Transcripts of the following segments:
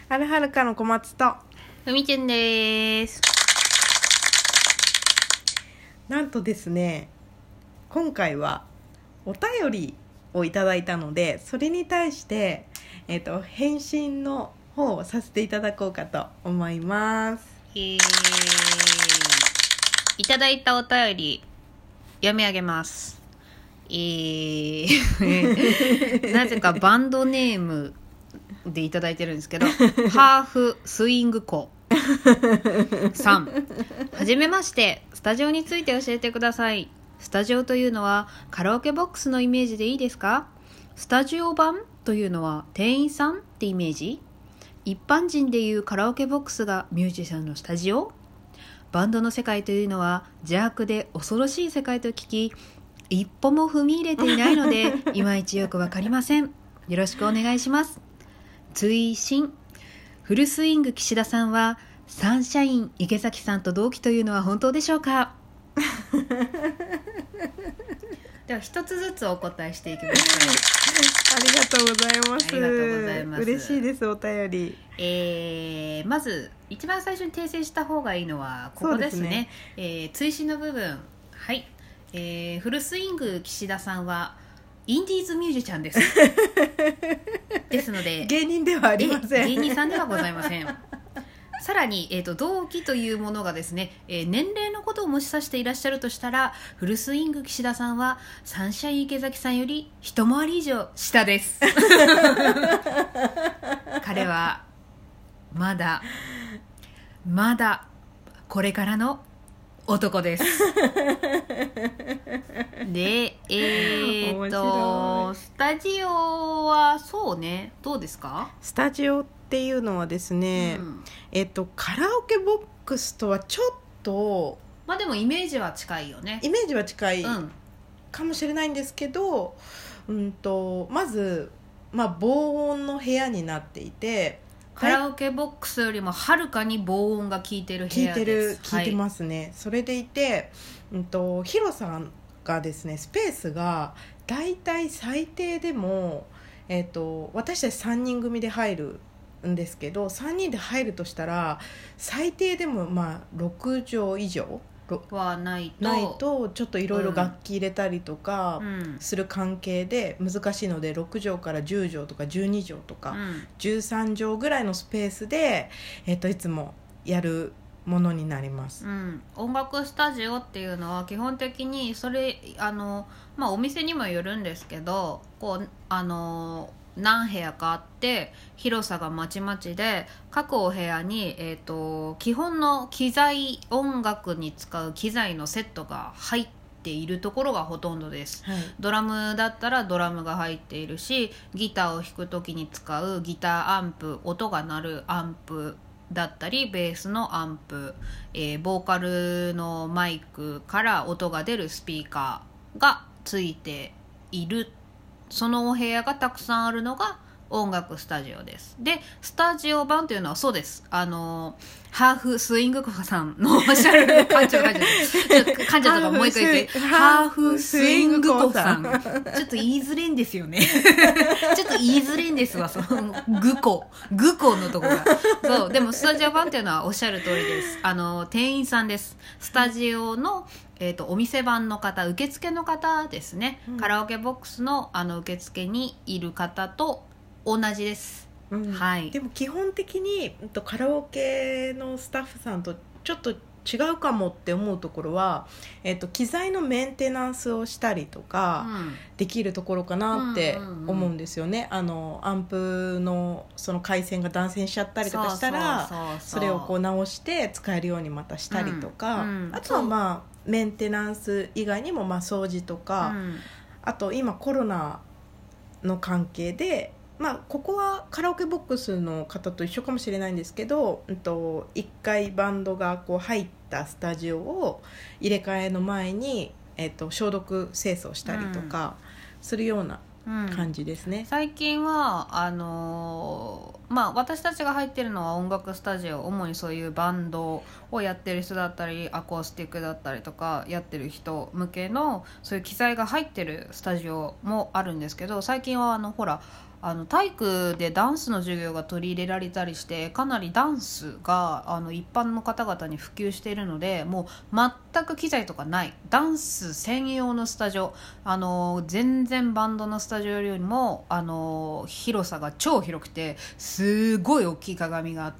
はるはるかの小松とふみちゅんです。 なんとですね、今回はお便りをいただいたので、それに対して、返信の方をさせていただこうかと思います。 いただいたお便り読み上げます。なぜかバンドネームでいただいてるんですけどハーフスイングコさん、はじめまして。スタジオについて教えてください。スタジオというのはカラオケボックスのイメージでいいですか？スタジオ版というのは店員さんってイメージ？一般人でいうカラオケボックスがミュージシャンのスタジオ？バンドの世界というのは邪悪で恐ろしい世界と聞き、一歩も踏み入れていないのでいまいちよくわかりません。よろしくお願いします。追伸、フルスイング岸田さんはサンシャイン池崎さんと同期というのは本当でしょうか？では一つずつお答えしていきましょありがとうございます。 ありがとうございます。 嬉しいです、お便り。 まず一番最初に訂正した方がいいのはここですね。追伸の部分、はい、フルスイング岸田さんはインディーズミュージシャンですですので芸人ではありません。 芸人さんではございません。さらに、同期というものがですね、年齢のことをもし指していらっしゃるとしたら、フルスイング岸田さんはサンシャイン池崎さんより一回り以上下です彼はまだこれからの男ですで、スタジオはそうね、どうですか？ スタジオっていうのはですね、カラオケボックスとはちょっとまあでもイメージは近いよね。 イメージは近いかもしれないんですけど、まず、防音の部屋になっていて、 カラオケボックスよりもはるかに防音が効いてる部屋です。 効いてますね、はい、それでいて、広さがですね、スペースがだいたい最低でも、私たち3人組で入るんですけど、3人で入るとしたら最低でも6畳以上はないとちょっといろいろ楽器入れたりとかする関係で難しいので、6畳から10畳とか12畳とか13畳ぐらいのスペースで、いつもやるものになります、 音楽スタジオっていうのは基本的にそれお店にもよるんですけど、こう何部屋かあって広さがまちまちで、各お部屋に、基本の機材、音楽に使う機材のセットが入っているところがほとんどです、はい、ドラムだったらドラムが入っているし、ギターを弾くときに使うギターアンプ、音が鳴るアンプだったり、ベースのアンプ、ボーカルのマイクから音が出るスピーカーがついている、そのお部屋がたくさんあるのが音楽スタジオです。で、スタジオ版というのはそうです。ハーフスイングコさんのおっしゃる感情とかもう一回言って、ハーフスイングコさん。ちょっと言いづれんですよね。ちょっと言いづれんですわ、そのグコのとこが。そう、でもスタジオ版っていうのはおっしゃる通りです。店員さんです。スタジオのお店番の方、受付の方ですね、カラオケボックスの受付にいる方と同じです、はい、 でも基本的にカラオケのスタッフさんとちょっと違うかもって思うところは、機材のメンテナンスをしたりとかできるところかなって思うんですよね、アンプのその回線が断線しちゃったりとかしたら、それをこう直して使えるようにまたしたりとか、あとはメンテナンス以外にも掃除とか、あと今コロナの関係で、ここはカラオケボックスの方と一緒かもしれないんですけど、1回バンドがこう入ったスタジオを入れ替えの前に、消毒清掃したりとかするような感じですね、 最近は私たちが入ってるのは音楽スタジオ、主にそういうバンドをやってる人だったりアコースティックだったりとかやってる人向けのそういう機材が入ってるスタジオもあるんですけど、最近はほら体育でダンスの授業が取り入れられたりして、かなりダンスが一般の方々に普及しているので、もう全く機材とかないダンス専用のスタジオ、全然バンドのスタジオよりも広さが超広くて、すごい大きい鏡があって、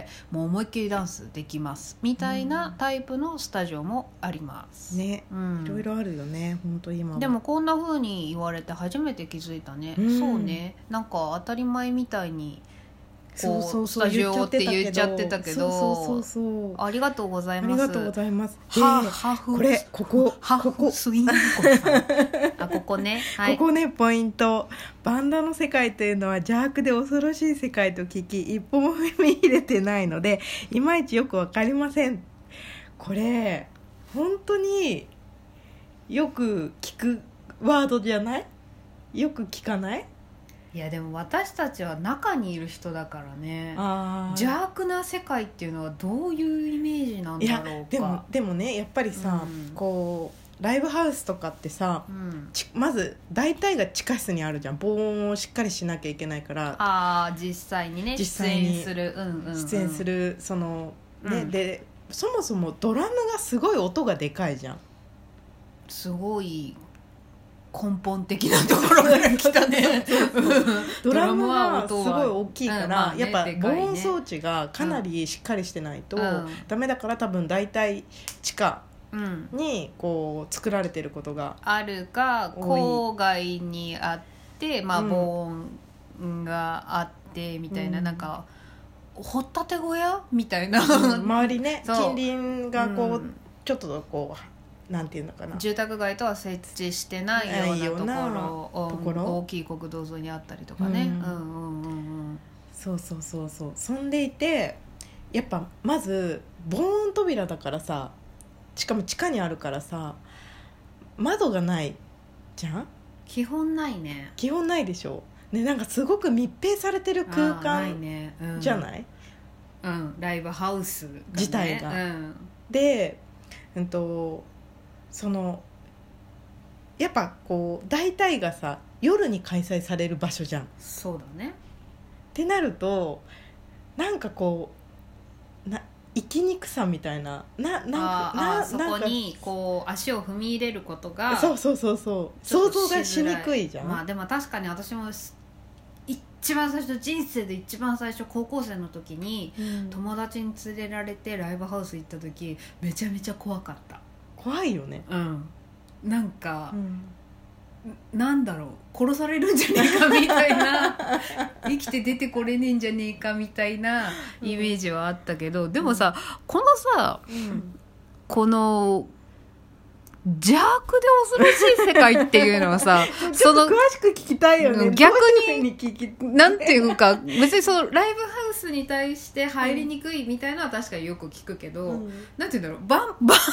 もう思いっきりダンスできますみたいなタイプのスタジオもありますね、いろいろあるよね本当今は。 でもこんな風に言われて初めて気づいたね、そうね、なんか当たり前みたいにこうスタジオって言っちゃってたけど、ありがとうございます。 ありがとうございます。ここスイングさんここね、 はい、ここねポイント。バンドの世界というのは邪悪で恐ろしい世界と聞き、一歩も踏み入れてないのでいまいちよくわかりません。これ本当によく聞くワードじゃない？よく聞かない？ いやでも私たちは中にいる人だからね。邪悪な世界っていうのはどういうイメージなんだろうか。 いやでもねやっぱりさ、こうライブハウスとかってさ、まず大体が地下室にあるじゃん。防音をしっかりしなきゃいけないから。 実際にね出演する、 そのね、でそもそもドラムがすごい音がでかいじゃん。 すごい根本的なところから来たねドラムはすごい大きいから、やっぱ防音装置がかなりしっかりしてないとダメだから、多分大体地下にこう作られてることがあるか、郊外にあって防音があってみたいな、なんか掘ったて小屋みたいな、 周りね近隣がこう、ちょっとこうなんていうのかな、 住宅街とは設置してないようなところ、大きい国道沿いにあったりとかね、 そうそんでいて、やっぱまず防音扉だからさ、しかも地下にあるからさ、窓がないじゃん。 基本ないね。 基本ないでしょ、ね、なんかすごく密閉されてる空間じゃない？ ライブハウスが、ね、 自体が、で、そのやっぱこう大体がさ夜に開催される場所じゃん。 そうだね。 ってなるとなんかこう生きにくさみたいな、 そこにこう足を踏み入れることがそう想像がしにくいじゃん。 でも確かに私も一番最初、人生で一番最初高校生の時に、友達に連れられてライブハウス行った時めちゃめちゃ怖かった。 怖いよね。 なんか、なんだろう、殺されるんじゃねえかみたいな生きて出てこれねえんじゃねえかみたいなイメージはあったけど、でもさ、このさ、この邪悪で恐ろしい世界っていうのはさちょっと詳しく聞きたいよね。 逆になんていうか、別にそのライブハウスに対して入りにくいみたいなのは確かによく聞くけど、なんていうんだろう、バン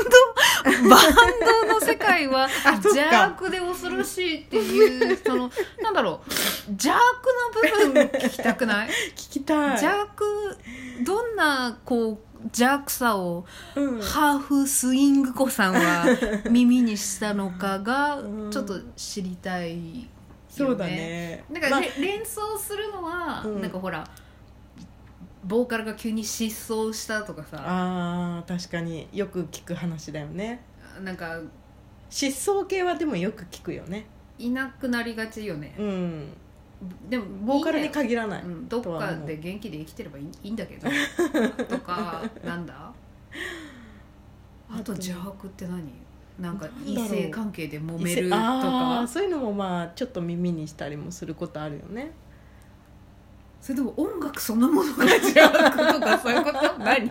ドの世界は邪悪で恐ろしいっていう、そのなんだろう、邪悪な部分聞きたくない？ 聞きたい。 邪悪、どんなこう邪悪さを、ハーフスイング子さんは耳にしたのかがちょっと知りたいよね。 そうだね。 なんか、連想するのは、なんかほらボーカルが急に失踪したとかさ、 確かによく聞く話だよね。 なんか失踪系はでもよく聞くよね。 いなくなりがちよね。でもボーカルに限らない、 どっかで元気で生きてればいいんだけどとか、なんだあと邪悪って何？なんか異性関係で揉めるとか、 そういうのもちょっと耳にしたりもすることあるよね。 それでも音楽そのものが邪悪とかそういうこと何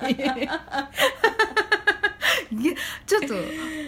ちょっと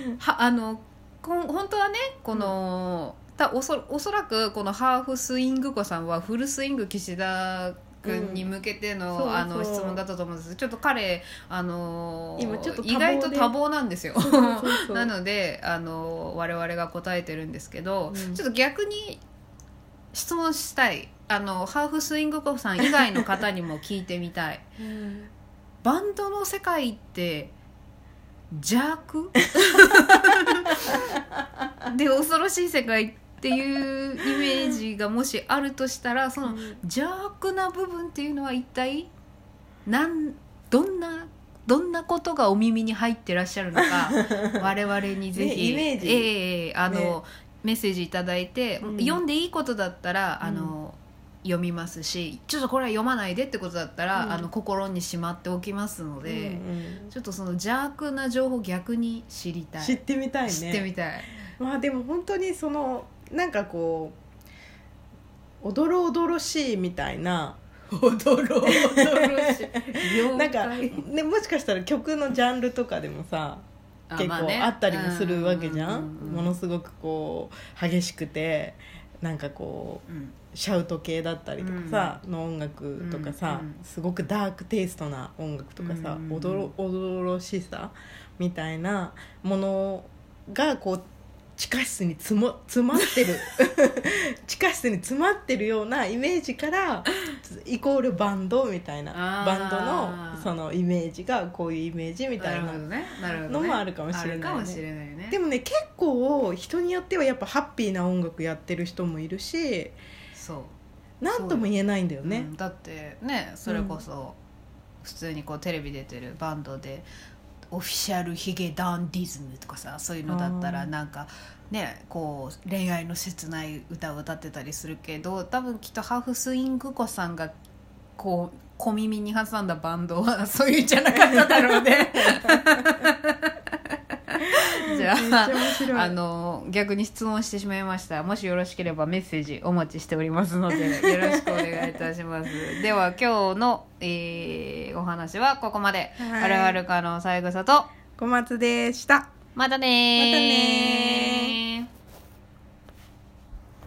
本当はね、この、おそらくこのハーフスイング子さんはフルスイング岸田君に向けての、質問だったと思うんです。ちょっと彼今ちょっと意外と多忙なんですよなので我々が答えてるんですけど、ちょっと逆に質問したい、ハーフスイング子さん以外の方にも聞いてみたい、バンドの世界って邪悪で恐ろしい世界っっていうイメージがもしあるとしたら、その邪悪な部分っていうのは一体どんなことがお耳に入ってらっしゃるのか我々にぜひ、 イメージ、 ね、メッセージいただいて、読んでいいことだったら読みますし、ちょっとこれは読まないでってことだったら、心にしまっておきますので、ちょっとその邪悪な情報逆に知りたい、 知ってみたいね。 知ってみたい。 まあでも本当にそのなんかこうおどろおどろしいみたいなおどろおどろしいなんか、ね、もしかしたら曲のジャンルとかでもさ結構あったりもするわけじゃん。ものすごくこう激しくてなんかこう、シャウト系だったりとかさ、の音楽とかさ、すごくダークテイストな音楽とかさ、おどろしさみたいなものがこう地下室に詰まってる地下室に詰まってるようなイメージからイコールバンドみたいな、バンドのそのイメージがこういうイメージみたいなのもあるかもしれないね。でもね、結構人によってはやっぱハッピーな音楽やってる人もいるし、そうなんとも言えないんだよね。 だってね、それこそ普通にこうテレビ出てるバンドでオフィシャルヒゲダンディズムとかさ、そういうのだったらなんかね、こう恋愛の切ない歌を歌ってたりするけど、多分きっとハーフスイング子さんがこう小耳に挟んだバンドはそういうんじゃなかっただろうねじゃあ逆に質問してしまいました。もしよろしければメッセージお待ちしておりますのでよろしくお願いいたしますでは今日の、お話はここまで。あるあるかの三枝と小松でした。 またね